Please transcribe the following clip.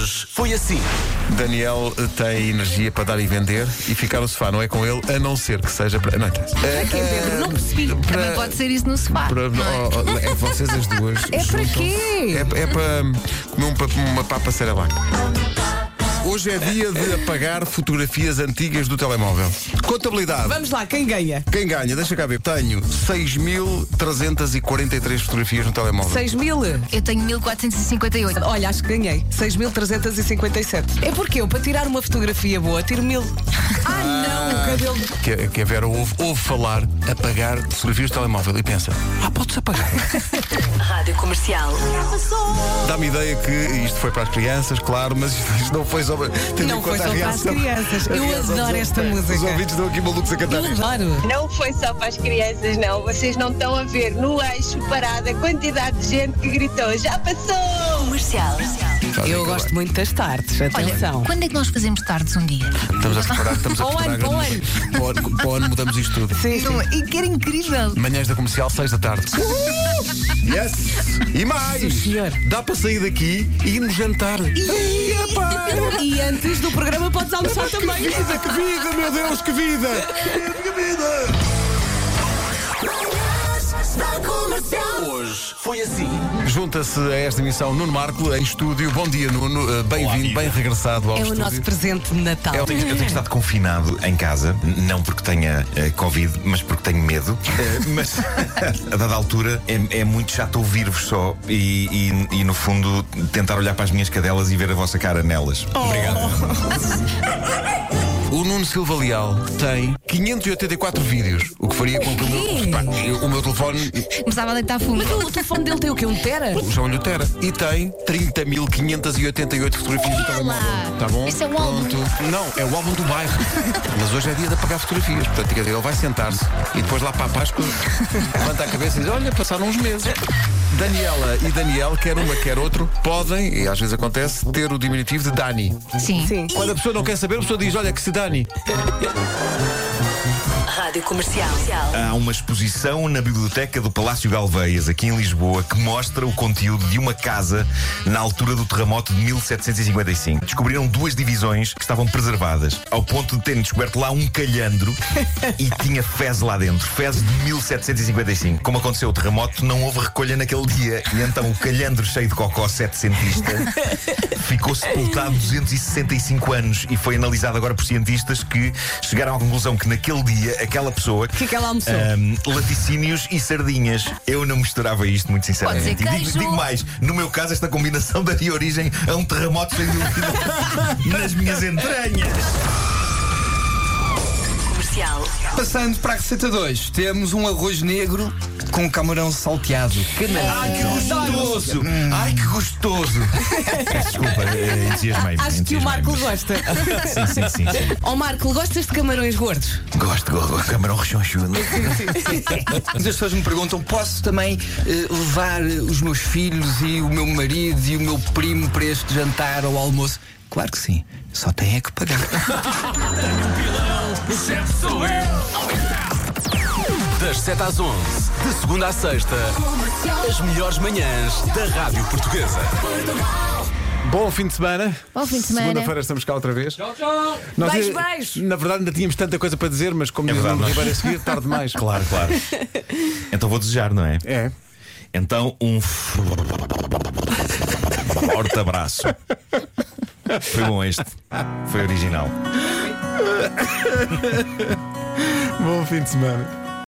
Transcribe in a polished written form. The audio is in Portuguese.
Hoje foi assim. Daniel tem energia para dar e vender e ficar no sofá, não é com ele, a não ser que seja para. Não interessa. Aqui, Pedro, não percebi. Também pode ser isso no sofá. É vocês as duas. É para quê? É para comer uma papa Cerelac. Hoje é dia de apagar fotografias antigas do telemóvel. Contabilidade. Vamos lá, quem ganha? Quem ganha? Deixa cá ver. Tenho 6.343 fotografias no telemóvel. 6.000? Eu tenho 1458. Olha, acho que ganhei. 6.357. É porque eu, para tirar uma fotografia boa, tiro 1.000. Não, o cabelo. Que a Vera ouve falar apagar fotografias do telemóvel e pensa: podes apagar. Rádio Comercial. Dá-me ideia que isto foi para as crianças, claro, mas isto não foi só. Não foi só para as crianças. Eu adoro esta música. Os ouvintes estão aqui malucos a cantar Eu isto. adoro. Não foi só para as crianças, não. Vocês não estão a ver no eixo parado a quantidade de gente que gritou: já passou! Comercial. Eu gosto muito das tardes. Olha, Atenção. quando é que nós fazemos tardes um dia? Estamos a preparar, estamos a Para o preparar. ano, para o ano. Para o ano mudamos isto tudo. Sim, sim. E que era incrível. Manhãs da Comercial, 6 da tarde. Yes! E mais! senhor. Dá para sair daqui e irmos jantar. E antes do programa podes almoçar também. Que vida, meu Deus, que vida! Que vida! Hoje foi assim. Junta-se a esta emissão Nuno Marco, em estúdio. Bom dia, Nuno. Bem-vindo, bem regressado ao É o estúdio. nosso presente de Natal. Eu tenho estado confinado em casa, não porque tenha Covid, mas porque tenho medo. Mas a dada altura é muito chato ouvir-vos só e no fundo tentar olhar para as minhas cadelas e ver a vossa cara nelas. Obrigado. O Nuno Silva Leal tem 584 vídeos, o que faria com que o meu telefone Começava a deitar fumo. Mas o telefone dele tem o quê? 1 tera? chamam-lhe o Tera. E tem 30.588 fotografias no telemóvel. Tá bom? Isso é o álbum. Pronto. Não, é o álbum do bairro. Mas hoje é dia de apagar fotografias. Portanto, quer dizer, ele vai sentar-se e depois lá para a Páscoa levanta a cabeça e diz: olha, passaram uns meses. Daniela e Daniel, quer uma, quer outro, podem, e às vezes acontece, ter o diminutivo de Dani. Sim. Sim. Quando a pessoa não quer saber, a pessoa diz: olha, que se Dani. Rádio Comercial. Há uma exposição na Biblioteca do Palácio Galveias, aqui em Lisboa, que mostra o conteúdo de uma casa na altura do terremoto de 1755. Descobriram 2 divisões que estavam preservadas, ao ponto de terem descoberto lá um calhandro e tinha fezes lá dentro. Fezes de 1755. Como aconteceu o terremoto, não houve recolha naquele dia. E então o calhandro cheio de cocó setecentista ficou sepultado 265 anos e foi analisado agora por cientistas que chegaram à conclusão que naquele dia aquela pessoa O que é que ela almoçou? laticínios e sardinhas. Eu não misturava isto, muito sinceramente. Pode ser E queijo. digo mais, no meu caso esta combinação daria origem a um terremoto sem dúvida nas minhas entranhas. Comercial. Passando para a receita 2, temos um arroz negro com camarão salteado. Ai, que gostoso! Ai, que gostoso! Desculpa, entusiasmei-me. Acho que o Marco gosta. Sim. Ó Marco, gostas de camarões gordos? Gosto, camarão rechonchudo. As pessoas me perguntam: posso também levar os meus filhos e o meu marido e o meu primo para este jantar ou almoço? Claro que sim, só tem é que pagar. Das 7 às 11, de segunda à sexta, as melhores manhãs da Rádio Portuguesa. Bom fim de semana. Bom fim de semana. Segunda-feira estamos cá outra vez. Tchau. Beijo. Na verdade, ainda tínhamos tanta coisa para dizer, mas como diz o verdade, Nuno nós- Ribeiro a seguir, tarde demais. Claro. Então vou desejar, não é? É. Então forte abraço. Foi bom este. Foi original. Bom fim de semana.